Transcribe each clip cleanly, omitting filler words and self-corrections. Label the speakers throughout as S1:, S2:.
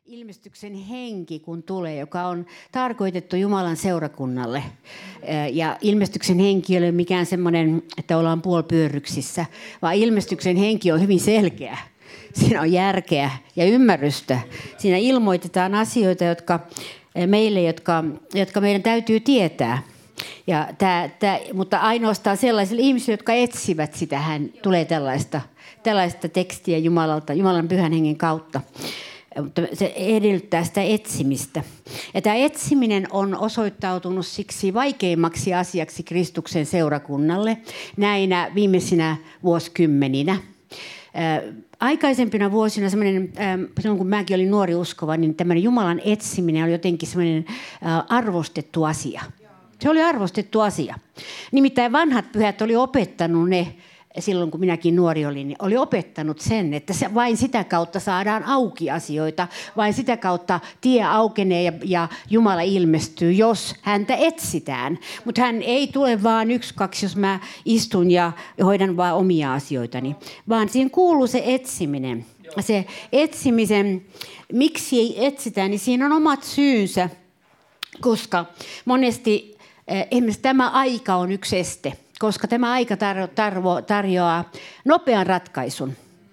S1: ilmestyksen henki, kun tulee, joka on tarkoitettu Jumalan seurakunnalle. Ja ilmestyksen henki ei ole mikään semmoinen, että ollaan puolipyörryksissä, vaan ilmestyksen henki on hyvin selkeä. Siinä on järkeä ja ymmärrystä. Siinä ilmoitetaan asioita, jotka meidän täytyy tietää. Ja mutta ainoastaan sellaisille ihmisille, jotka etsivät sitä, tulee tällaista tekstiä Jumalalta, Jumalan pyhän hengen kautta. Mutta se edellyttää sitä etsimistä. Ja tämä etsiminen on osoittautunut siksi vaikeimmaksi asiaksi Kristuksen seurakunnalle näinä viimeisinä vuosikymmeninä. Aikaisempina vuosina, silloin kun mäkin olin nuori uskova, niin tämmöinen Jumalan etsiminen oli jotenkin semmoinen arvostettu asia. Se oli arvostettu asia. Nimittäin vanhat pyhät oli opettanut ne, silloin kun minäkin nuori olin, niin oli opettanut sen, että vain sitä kautta saadaan auki asioita, vain sitä kautta tie aukenee ja Jumala ilmestyy, jos häntä etsitään. Mutta hän ei tule vaan 1, 2, jos mä istun ja hoidan vaan omia asioitani, vaan siihen kuuluu se etsiminen. Se etsimisen, miksi ei etsitä, niin siinä on omat syynsä, koska monesti esimerkiksi tämä aika on yksi este. Koska tämä aika tarjoaa nopean ratkaisun.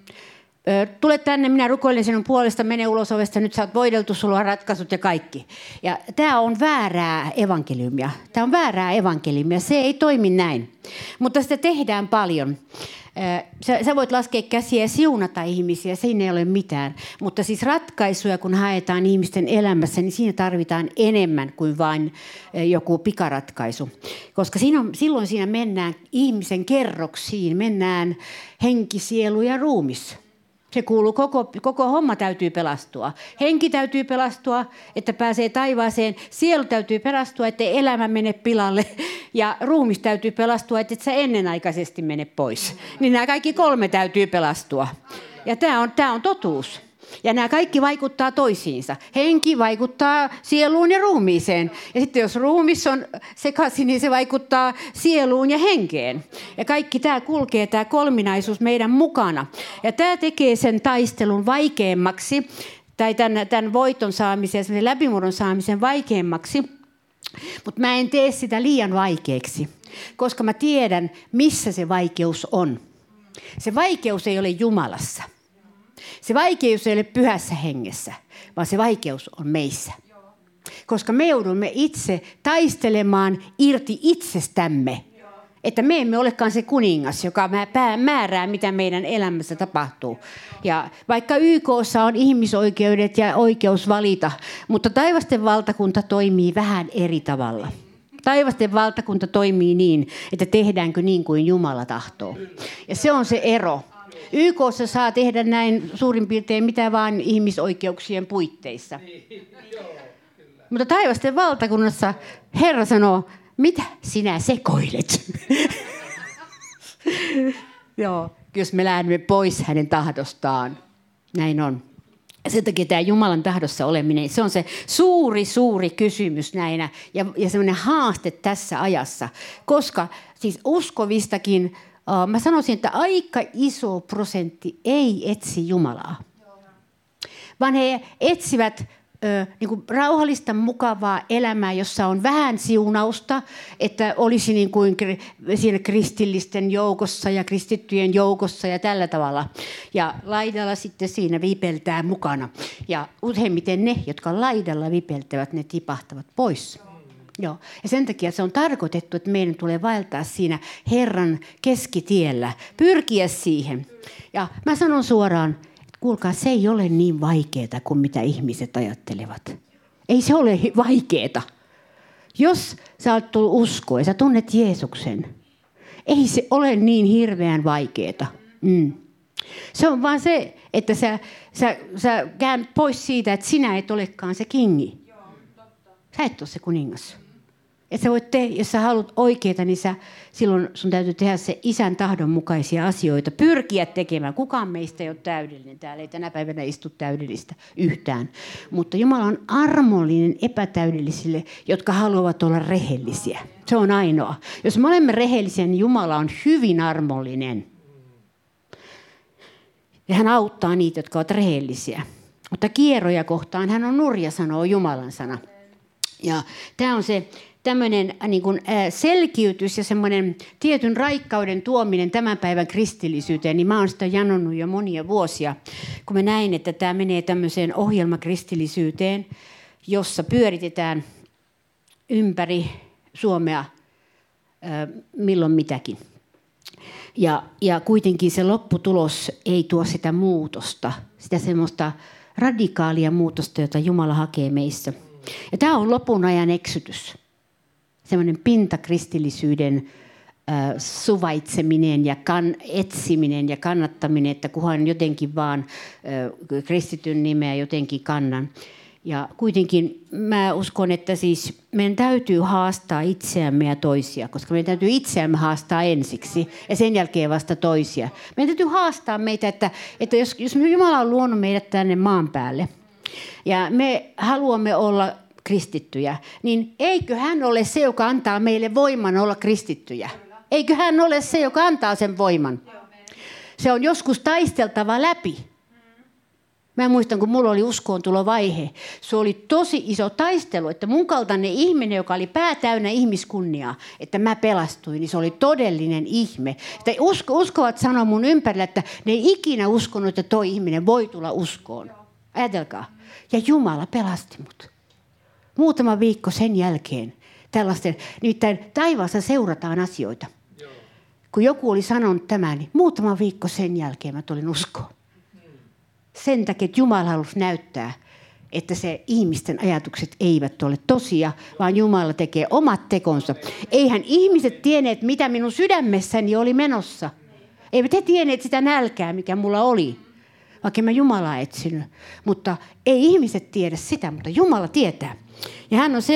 S1: Tule tänne, minä rukoilen sinun puolesta, mene ulos ovesta, nyt sä oot voideltu, sulla on ratkaisut ja kaikki. Ja tämä on väärää evankeliumia. Tämä on väärää evankeliumia, se ei toimi näin. Mutta sitä tehdään paljon. Sä voit laskea käsiä ja siunata ihmisiä, siinä ei ole mitään. Mutta siis ratkaisuja, kun haetaan ihmisten elämässä, niin siinä tarvitaan enemmän kuin vain joku pikaratkaisu. Koska silloin siinä mennään ihmisen kerroksiin, mennään henki, sielu ja ruumis. Se kuuluu, koko homma täytyy pelastua. Henki täytyy pelastua, että pääsee taivaaseen. Sielu täytyy pelastua, ettei elämä mene pilalle. Ja ruumis täytyy pelastua, että et sä ennenaikaisesti mene pois. Niin nämä kaikki 3 täytyy pelastua. Ja tämä on totuus. Ja nämä kaikki vaikuttaa toisiinsa. Henki vaikuttaa sieluun ja ruumiiseen. Ja sitten jos ruumis on sekaisin, niin se vaikuttaa sieluun ja henkeen. Ja kaikki tämä kulkee, tämä kolminaisuus meidän mukana. Ja tämä tekee sen taistelun vaikeammaksi, tai tämän voiton saamisen, sen läpimurron saamisen vaikeammaksi. Mutta mä en tee sitä liian vaikeaksi, koska mä tiedän, missä se vaikeus on. Se vaikeus ei ole Jumalassa. Se vaikeus ei ole pyhässä hengessä, vaan se vaikeus on meissä. Koska me joudumme itse taistelemaan irti itsestämme. Että me emme olekaan se kuningas, joka määrää, mitä meidän elämässä tapahtuu. Ja vaikka YK:ssa on ihmisoikeudet ja oikeus valita, mutta taivasten valtakunta toimii vähän eri tavalla. Taivasten valtakunta toimii niin, että tehdäänkö niin kuin Jumala tahtoo. Ja se on se ero. YK:ssa saa tehdä näin suurin piirtein mitä vaan ihmisoikeuksien puitteissa. Mutta taivasten valtakunnassa Herra sanoo, mitä sinä sekoilet? Joo, jos me lähdemme pois hänen tahdostaan. Näin on. Sen takia tämä Jumalan tahdossa oleminen, se on se suuri kysymys näinä ja semmoinen haaste tässä ajassa. Koska siis uskovistakin, mä sanoisin, että aika iso prosentti ei etsi Jumalaa. Vaan he etsivät niin kuin rauhallista, mukavaa elämää, jossa on vähän siunausta, että olisi niin kuin siinä kristillisten joukossa ja kristittyjen joukossa ja tällä tavalla. Ja laidalla sitten siinä vipeltää mukana. Ja useimmiten ne, jotka laidalla vipeltävät, ne tipahtavat pois. Joo. Ja sen takia se on tarkoitettu, että meidän tulee vaeltaa siinä Herran keskitiellä, pyrkiä siihen. Ja mä sanon suoraan, kuulkaa, se ei ole niin vaikeaa kuin mitä ihmiset ajattelevat. Ei se ole vaikeaa. Jos sä oot tullut uskoon ja sä tunnet Jeesuksen, ei se ole niin hirveän vaikeaa. Se on vaan se, että sä käyn pois siitä, että sinä et olekaan se kingi. Sä et ole se kuningas. Että sä voit jos sä haluat oikeita, niin silloin sun täytyy tehdä se isän tahdon mukaisia asioita. Pyrkiä tekemään. Kukaan meistä ei ole täydellinen täällä. Ei tänä päivänä istu täydellistä yhtään. Mutta Jumala on armollinen epätäydellisille, jotka haluavat olla rehellisiä. Se on ainoa. Jos me olemme rehellisiä, niin Jumala on hyvin armollinen. Ja hän auttaa niitä, jotka ovat rehellisiä. Mutta kieroja kohtaan hän on nurja, sanoo Jumalan sana. Ja tämä on se tämmöinen niin kuin selkiytys ja semmoinen tietyn raikkauden tuominen tämän päivän kristillisyyteen, niin mä oon sitä janonnut jo monia vuosia, kun mä näin, että tämä menee tämmöiseen ohjelmakristillisyyteen, jossa pyöritetään ympäri Suomea milloin mitäkin. Ja kuitenkin se lopputulos ei tuo sitä muutosta, sitä semmoista radikaalia muutosta, jota Jumala hakee meissä. Ja tämä on lopun ajan eksytys. Semmoinen pintakristillisyyden suvaitseminen ja etsiminen ja kannattaminen, että kunhan jotenkin vaan kristityn nimeä jotenkin kannan. Ja kuitenkin mä uskon, että siis meidän täytyy haastaa itseämme ja toisia, koska meidän täytyy itseämme haastaa ensiksi ja sen jälkeen vasta toisia. Meidän täytyy haastaa meitä, että jos Jumala on luonut meidät tänne maan päälle ja me haluamme olla kristittyjä, niin eikö hän ole se, joka antaa meille voiman olla kristittyjä? Eikö hän ole se, joka antaa sen voiman? Se on joskus taisteltava läpi. Mä muistan, kun mulla oli uskoontulovaihe. Se oli tosi iso taistelu, että mun kaltainen ihminen, joka oli pää täynnä ihmiskunniaa, että mä pelastuin, niin se oli todellinen ihme. Että uskovat sanoo mun ympärillä, että ne ei ikinä uskonut, että toi ihminen voi tulla uskoon. Ajatelkaa. Ja Jumala pelasti mut. Muutama viikko sen jälkeen. Nimittäin taivaassa seurataan asioita. Kun joku oli sanonut tämän, niin muutama viikko sen jälkeen mä tulin uskoon. Sen takia, että Jumala halusi näyttää, että se ihmisten ajatukset eivät ole tosia, vaan Jumala tekee omat tekonsa. Eihän ihmiset tienneet, mitä minun sydämessäni oli menossa. Eivät he tienneet sitä nälkää, mikä mulla oli, vaikka mä Jumalaa etsinyt. Mutta ei ihmiset tiedä sitä, mutta Jumala tietää. Ja hän on se,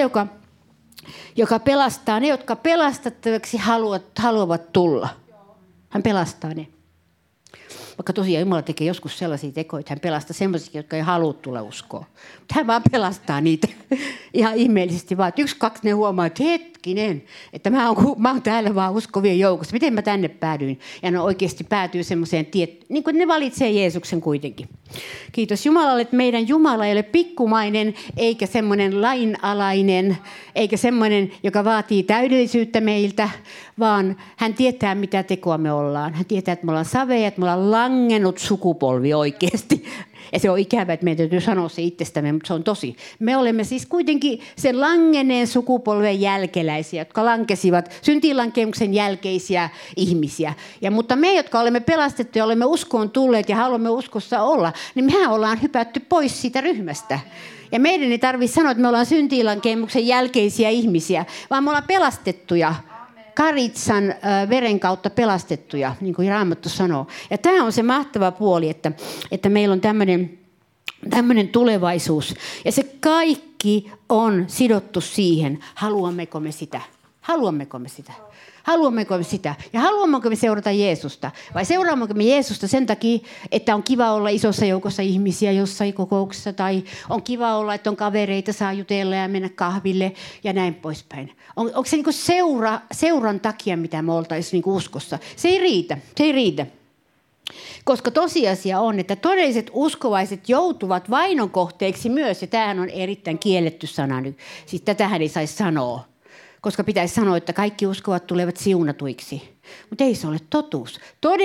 S1: joka pelastaa ne, jotka pelastettavaksi haluavat tulla. Hän pelastaa ne. Vaikka tosiaan Jumala tekee joskus sellaisia tekoja, että hän pelastaa sellaisia, jotka ei halua tulla uskoon. Mutta hän vaan pelastaa niitä ihan ihmeellisesti vaan. Yksi, kaksi ne huomaa, että hetkinen, että mä oon täällä vaan uskovien joukossa. Miten mä tänne päädyin? Ja ne oikeasti päätyy semmoiseen niin kuin ne valitsee Jeesuksen kuitenkin. Kiitos Jumalalle, että meidän Jumala ei ole pikkumainen, eikä semmoinen lainalainen, eikä semmoinen, joka vaatii täydellisyyttä meiltä, vaan hän tietää, mitä tekoa me ollaan. Hän tietää, että me ollaan saveja, että me ollaan langennut sukupolvi oikeasti. Ja se on ikävä, että meidän täytyy sanoa se itsestämme, mutta se on tosi. Me olemme siis kuitenkin sen langenneen sukupolven jälkeläisiä, jotka lankesivat syntiinlankemuksen jälkeisiä ihmisiä. Mutta me, jotka olemme pelastettuja, olemme uskoon tulleet ja haluamme uskossa olla, niin mehän ollaan hypätty pois siitä ryhmästä. Ja meidän ei tarvitse sanoa, että me ollaan syntiinlankemuksen jälkeisiä ihmisiä, vaan me ollaan pelastettuja. Karitsan veren kautta pelastettuja, niin kuin Raamattu sanoo. Ja tämä on se mahtava puoli, että meillä on tämmöinen tulevaisuus. Ja se kaikki on sidottu siihen, haluammeko me sitä. Haluammeko me sitä? Haluammeko me sitä? Ja haluammeko me seurata Jeesusta? Vai seuraammeko me Jeesusta sen takia, että on kiva olla isossa joukossa ihmisiä jossain kokouksessa, tai on kiva olla, että on kavereita, saa jutella ja mennä kahville ja näin poispäin. Onko se niinku seuran takia, mitä me oltaisiin niinku uskossa? Se ei riitä. Koska tosiasia on, että todelliset uskovaiset joutuvat vainon kohteeksi myös, ja tämähän on erittäin kielletty sana nyt. Siis tätähän ei saisi sanoa. Koska pitäisi sanoa, että kaikki uskovat tulevat siunatuiksi. Mutta ei se ole totuus.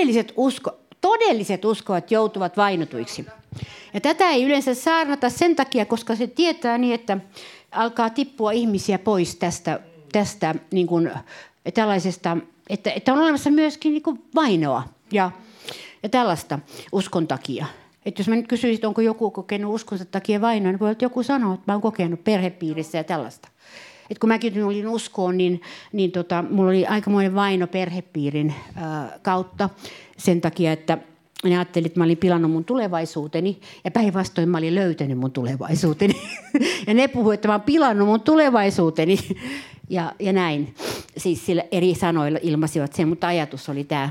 S1: Todelliset uskovat joutuvat vainotuiksi. Ja tätä ei yleensä saarnata sen takia, koska se tietää niin, että alkaa tippua ihmisiä pois tästä niin kuin, tällaisesta, että on olemassa myöskin niin kuin vainoa ja tällaista uskon takia. Että jos mä nyt kysyisin, että onko joku kokenut uskonsa takia vainoa, niin voi joku sanoa, että mä oon kokenut perhepiirissä ja tällaista. Et kun mäkin olin uskoon, niin mulla oli aikamoinen vaino perhepiirin kautta sen takia, että ne ajattelivat, että mä olin pilannut mun tulevaisuuteni ja päinvastoin mä olin löytänyt mun tulevaisuuteni. Ja ne puhuivat, että mä oon pilannut mun tulevaisuuteni ja näin. Siis sillä eri sanoilla ilmaisivat sen, mutta ajatus oli tämä.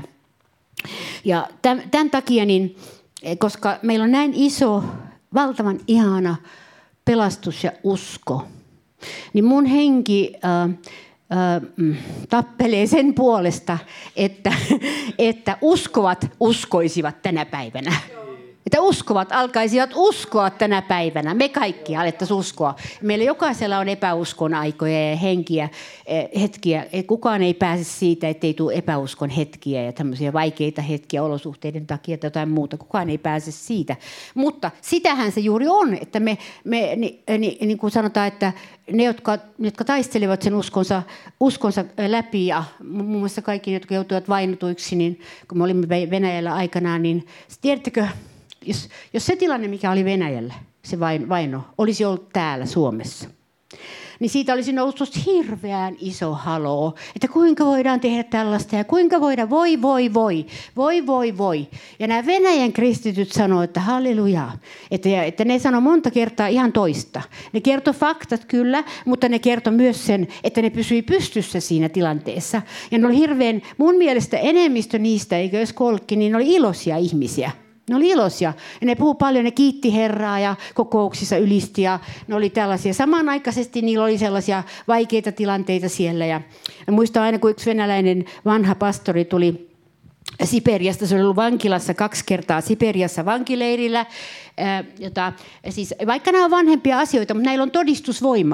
S1: Ja tämän takia, niin, koska meillä on näin iso, valtavan ihana pelastus ja usko, niin mun henki tappelee sen puolesta, että uskovat uskoisivat tänä päivänä. Että uskovat alkaisivat uskoa tänä päivänä. Me kaikki alettaisiin uskoa. Meillä jokaisella on epäuskon aikoja ja hetkiä. Kukaan ei pääse siitä, ettei tule epäuskon hetkiä ja tämmöisiä vaikeita hetkiä olosuhteiden takia tai jotain muuta. Kukaan ei pääse siitä. Mutta sitähän se juuri on, että niin kuin sanotaan, että ne, jotka taistelevat sen uskonsa läpi ja muun muassa kaikki, jotka joutuivat vainotuiksi, niin kun me olimme Venäjällä aikanaan, niin tiedättekö, jos se tilanne, mikä oli Venäjällä, se vaino, olisi ollut täällä Suomessa, niin siitä olisi noussut hirveän iso haloo, että kuinka voidaan tehdä tällaista ja kuinka voidaan, voi. Ja nämä Venäjän kristityt sanoo, että halleluja, että ne sanoo monta kertaa ihan toista. Ne kertoi faktat kyllä, mutta ne kertoi myös sen, että ne pysyi pystyssä siinä tilanteessa. Ja ne oli hirveän, mun mielestä enemmistö niistä, eikö jos kolkki, niin ne oli iloisia ihmisiä. Ne oli iloisia ja ne puhui paljon, ne kiitti Herraa ja kokouksissa ylisti ja ne oli tällaisia. Samanaikaisesti niillä oli sellaisia vaikeita tilanteita siellä ja muistan aina, kun yksi venäläinen vanha pastori tuli Siperiasta, se oli ollut vankilassa 2 kertaa Siperiassa vankileirillä, siis, vaikka nämä on vanhempia asioita, mutta näillä on todistusvoima.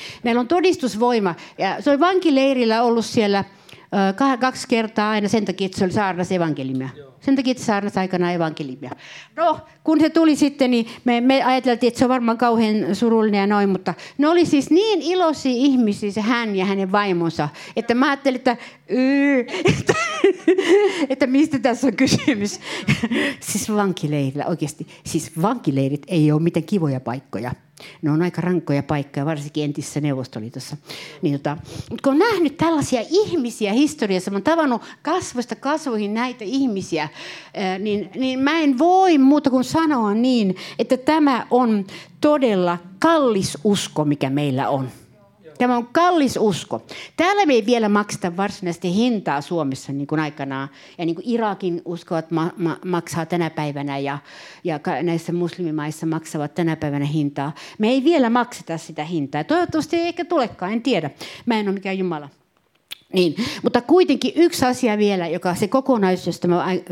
S1: Ja se oli vankileirillä ollut siellä 2 kertaa aina sen takia, että se oli saarnas evankeliumia. Sen takia, että saarnas aikana evankeliumia. No, kun se tuli sitten, niin me ajateltiin, että se on varmaan kauhean surullinen ja noin, mutta ne oli siis niin iloisia ihmisiä, se hän ja hänen vaimonsa, että mä ajattelin, että mistä tässä on kysymys. Siis vankileirillä oikeasti, siis vankileirit ei ole mitään kivoja paikkoja. Ne on aika rankkoja paikkoja, varsinkin entisessä Neuvostoliitossa. Mutta kun on nähnyt tällaisia ihmisiä historiassa, mä oon tavannut kasvoista kasvoihin näitä ihmisiä, niin mä en voi muuta kuin sanoa niin, että tämä on todella kallis usko, mikä meillä on. Tämä on kallis usko. Täällä me ei vielä makseta varsinaisesti hintaa Suomessa niin kuin aikanaan. Ja niin kuin Irakin uskovat maksaa tänä päivänä ja näissä muslimimaissa maksavat tänä päivänä hintaa. Me ei vielä makseta sitä hintaa. Toivottavasti ei ehkä tulekaan, en tiedä. Mä en ole mikään Jumala. Niin. Mutta kuitenkin yksi asia vielä, joka se kokonaisuus, josta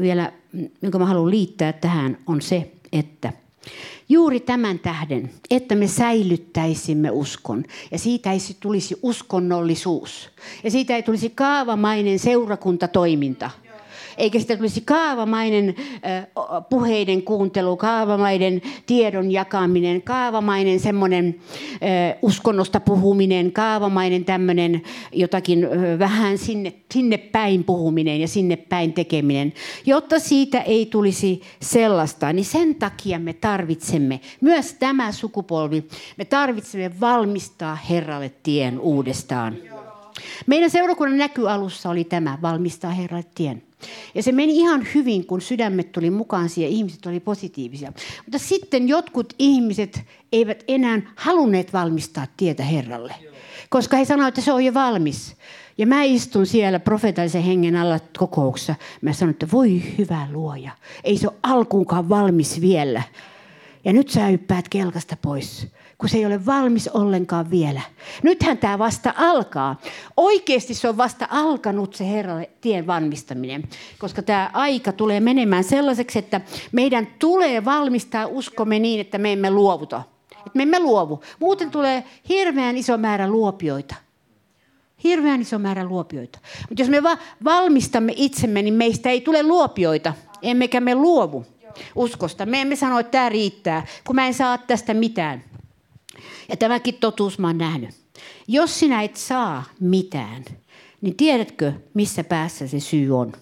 S1: jonka mä haluan liittää tähän, on se, että juuri tämän tähden, että me säilyttäisimme uskon ja siitä ei tulisi uskonnollisuus ja siitä ei tulisi kaavamainen seurakuntatoiminta. Eikä sitä tulisi kaavamainen puheiden kuuntelu, kaavamainen tiedon jakaminen, kaavamainen semmoinen uskonnosta puhuminen, kaavamainen tämmöinen jotakin vähän sinne päin puhuminen ja sinne päin tekeminen. Jotta siitä ei tulisi sellaista, niin sen takia me tarvitsemme, myös tämä sukupolvi, me tarvitsemme valmistaa Herralle tien uudestaan. Meidän seurakunnan näkyalussa oli tämä, valmistaa Herralle tien. Ja se meni ihan hyvin, kun sydämet tuli mukaan siihen ja ihmiset oli positiivisia. Mutta sitten jotkut ihmiset eivät enää halunneet valmistaa tietä Herralle, koska he sanoivat, että se on jo valmis. Ja mä istun siellä profeetallisen hengen alla kokouksessa. Mä sanon, että voi hyvä luoja, ei se ole alkuunkaan valmis vielä. Ja nyt sä yppäät kelkasta pois, kun se ei ole valmis ollenkaan vielä. Nythän tämä vasta alkaa. Oikeasti se on vasta alkanut se Herralle tien valmistaminen, koska tämä aika tulee menemään sellaiseksi, että meidän tulee valmistaa uskomme niin, että me emme luovuta. Että me emme luovu. Muuten tulee hirveän iso määrä luopioita. Hirveän iso määrä luopioita. Mutta jos me valmistamme itsemme, niin meistä ei tule luopioita, emmekä me luovu uskosta. Me emme sano, että tämä riittää, kun mä en saa tästä mitään. Ja tämäkin totuus mä oon nähnyt. Jos sinä et saa mitään, niin tiedätkö, missä päässä se syy on?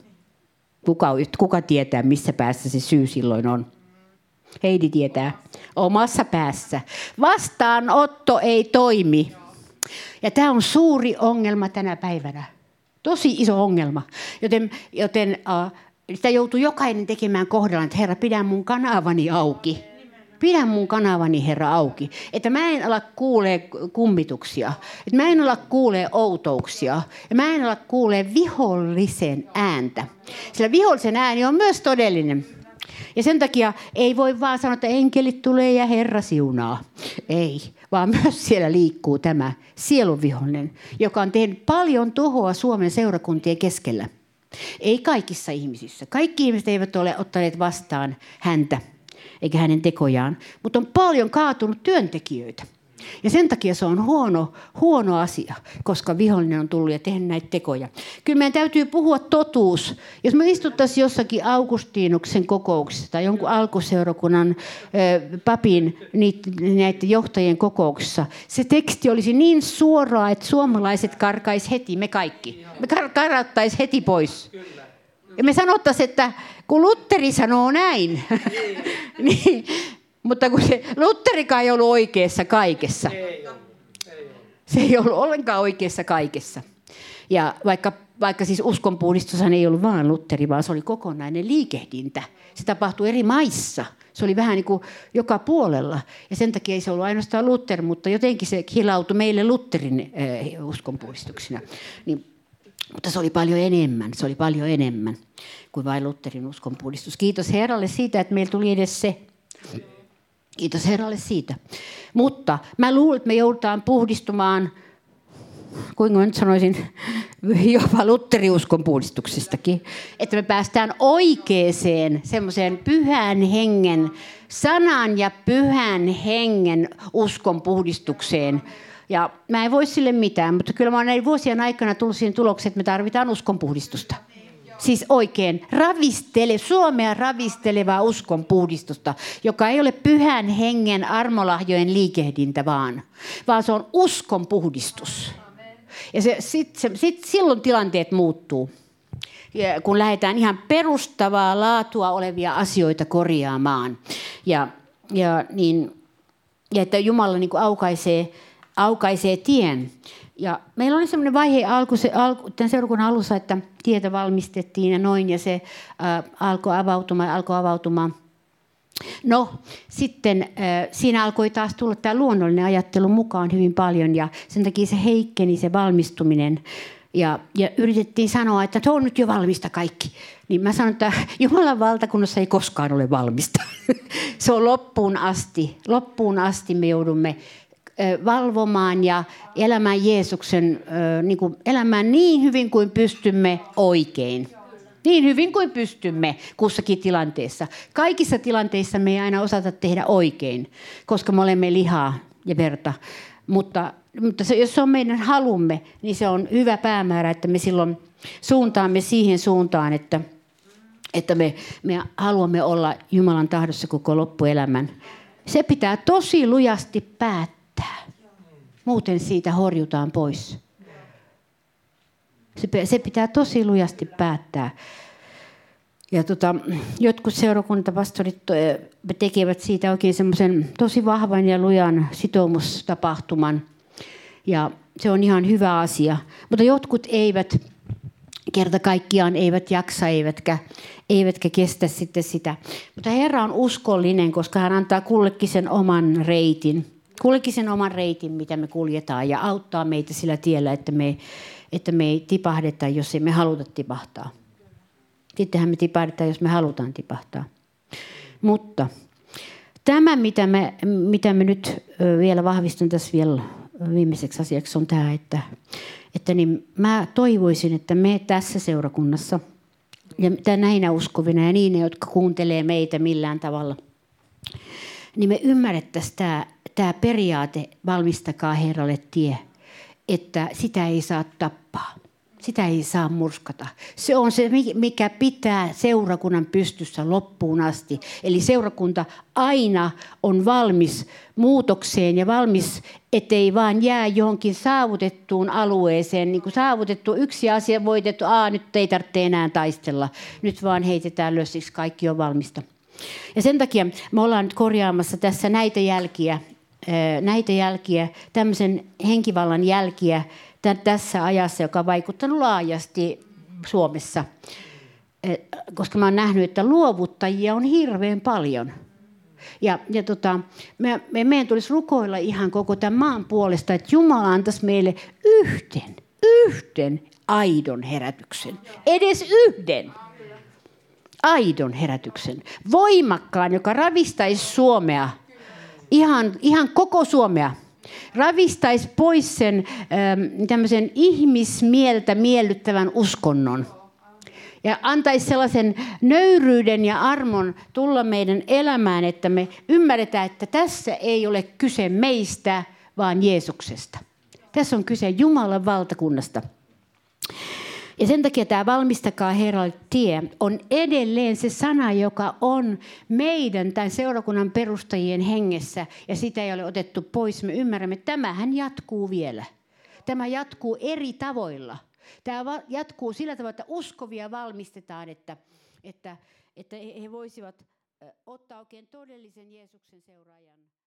S1: Kuka tietää, missä päässä se syy silloin on? Heidi tietää. Omassa päässä. Vastaanotto ei toimi. Ja tämä on suuri ongelma tänä päivänä. Tosi iso ongelma. Joten sitä joutuu jokainen tekemään kohdallaan, että Herra, pidä mun kanavani auki. Pidä mun kanavani, Herra, auki. Että mä en ala kuulee kummituksia. Että mä en ala kuulee outouksia. Ja mä en ala kuulee vihollisen ääntä. Sillä vihollisen ääni on myös todellinen. Ja sen takia ei voi vaan sanoa, että enkelit tulee ja Herra siunaa. Ei, vaan myös siellä liikkuu tämä sielunvihollinen, joka on tehnyt paljon tuhoa Suomen seurakuntien keskellä. Ei kaikissa ihmisissä. Kaikki ihmiset eivät ole ottaneet vastaan häntä. eikä hänen tekojaan. Mutta on paljon kaatunut työntekijöitä. Ja sen takia se on huono asia, koska vihollinen on tullut ja tehnyt näitä tekoja. Kyllä meidän täytyy puhua totuus. Jos me istuttaisiin jossakin Augustinuksen kokouksessa tai jonkun alkuseurakunnan papin näiden johtajien kokouksessa, se teksti olisi niin suoraa, että suomalaiset karkaisi heti, me kaikki. Me karauttaisi heti pois. Ja me sanottaisiin, että kun Lutteri sanoo näin, niin... Mutta kun se Lutterikaan ei ollut oikeassa kaikessa. Se ei ollut ollenkaan oikeassa kaikessa. Ja vaikka siis uskonpuhdistushan ei ollut vaan Lutteri, vaan se oli kokonainen liikehdintä. Se tapahtui eri maissa. Se oli vähän niin kuin joka puolella. Ja sen takia ei se ollut ainoastaan Luther, mutta jotenkin se hilautui meille Lutterin uskonpuhdistuksena. Niin, mutta se oli paljon enemmän kuin vain Lutterin uskonpuhdistus. Kiitos Herralle siitä, että meillä tuli edes se. Kiitos Herralle siitä. Mutta mä luulen, että me joudutaan puhdistumaan, kuinka mä nyt sanoisin, jopa Lutteriuskon puhdistuksestakin. Että me päästään oikeeseen semmoiseen pyhän hengen, sanan ja pyhän hengen uskon puhdistukseen. Ja mä en voi sille mitään, mutta kyllä mä oon näin vuosien aikana tullut siihen tulokseen, että me tarvitaan uskon puhdistusta. Siis oikein Suomea ravistelevaa uskon puhdistusta, joka ei ole pyhän hengen armolahjojen liikehdintä vaan se on uskon puhdistus. Ja silloin tilanteet muuttuu, kun lähdetään ihan perustavaa laatua olevia asioita korjaamaan. Ja että Jumala niin kuin aukaisee tien. Ja meillä oli semmoinen vaihe tämän seurakunnan alussa, että tietä valmistettiin ja noin, ja se alkoi avautumaan. No, sitten siinä alkoi taas tulla tämä luonnollinen ajattelu mukaan hyvin paljon, ja sen takia se heikkeni se valmistuminen. Ja yritettiin sanoa, että se on nyt jo valmista kaikki. Niin mä sanon, että Jumalan valtakunnassa ei koskaan ole valmista. Se on loppuun asti. Loppuun asti me joudumme valvomaan ja elämään Jeesuksen, elämään niin hyvin kuin pystymme oikein. Niin hyvin kuin pystymme kussakin tilanteessa. Kaikissa tilanteissa me ei aina osata tehdä oikein, koska me olemme lihaa ja verta. Mutta jos se on meidän halumme, niin se on hyvä päämäärä, että me silloin suuntaamme siihen suuntaan, että me haluamme olla Jumalan tahdossa koko loppuelämän. Se pitää tosi lujasti päättää. Muuten siitä horjutaan pois. Se pitää tosi lujasti päättää. Ja jotkut seurakuntapastorit tekevät siitä oikein semmoisen tosi vahvan ja lujan sitoumustapahtuman. Ja se on ihan hyvä asia. Mutta jotkut eivät kerta kaikkiaan eivät jaksa, eivätkä kestä sitten sitä. Mutta Herra on uskollinen, koska hän antaa kullekin sen oman reitin. Kullekin sen oman reitin, mitä me kuljetaan, ja auttaa meitä sillä tiellä, että me ei tipahdeta, jos ei me haluta tipahtaa. Sittenhän me tipahdetaan, jos me halutaan tipahtaa. Mutta tämä, mitä me nyt vielä vahvistan tässä vielä viimeiseksi asiaksi, on tämä, että niin mä toivoisin, että me tässä seurakunnassa, ja näinä uskovina ja niinä, jotka kuuntelee meitä millään tavalla, niin me ymmärrettäisiin tämä periaate, valmistakaa Herralle tie, että sitä ei saa tappaa. Sitä ei saa murskata. Se on se, mikä pitää seurakunnan pystyssä loppuun asti. Eli seurakunta aina on valmis muutokseen ja valmis, ettei vaan jää johonkin saavutettuun alueeseen. Niin kuin saavutettu yksi asia, voitettu, nyt ei tarvitse enää taistella. Nyt vaan heitetään lössiksi, kaikki on valmista. Ja sen takia me ollaan nyt korjaamassa tässä näitä jälkiä, tämmöisen henkivallan jälkiä, tässä ajassa, joka on vaikuttanut laajasti Suomessa, koska mä oon nähnyt, että luovuttajia on hirveän paljon. Meidän tulisi rukoilla ihan koko tämän maan puolesta, että Jumala antaisi meille yhden aidon herätyksen. Edes yhden aidon herätyksen. Voimakkaan, joka ravistaisi Suomea, ihan koko Suomea. Ravistaisi pois sen tämmöisen ihmismieltä miellyttävän uskonnon Ja antaisi sellaisen nöyryyden ja armon tulla meidän elämään, että me ymmärretään, että tässä ei ole kyse meistä, vaan Jeesuksesta. Tässä on kyse Jumalan valtakunnasta. Ja sen takia tämä valmistakaa Herralle tie on edelleen se sana, joka on meidän tämän seurakunnan perustajien hengessä. Ja sitä ei ole otettu pois. Me ymmärrämme, että tämähän jatkuu vielä. Tämä jatkuu eri tavoilla. Tämä jatkuu sillä tavalla, että uskovia valmistetaan, että he voisivat ottaa oikein todellisen Jeesuksen seuraajan.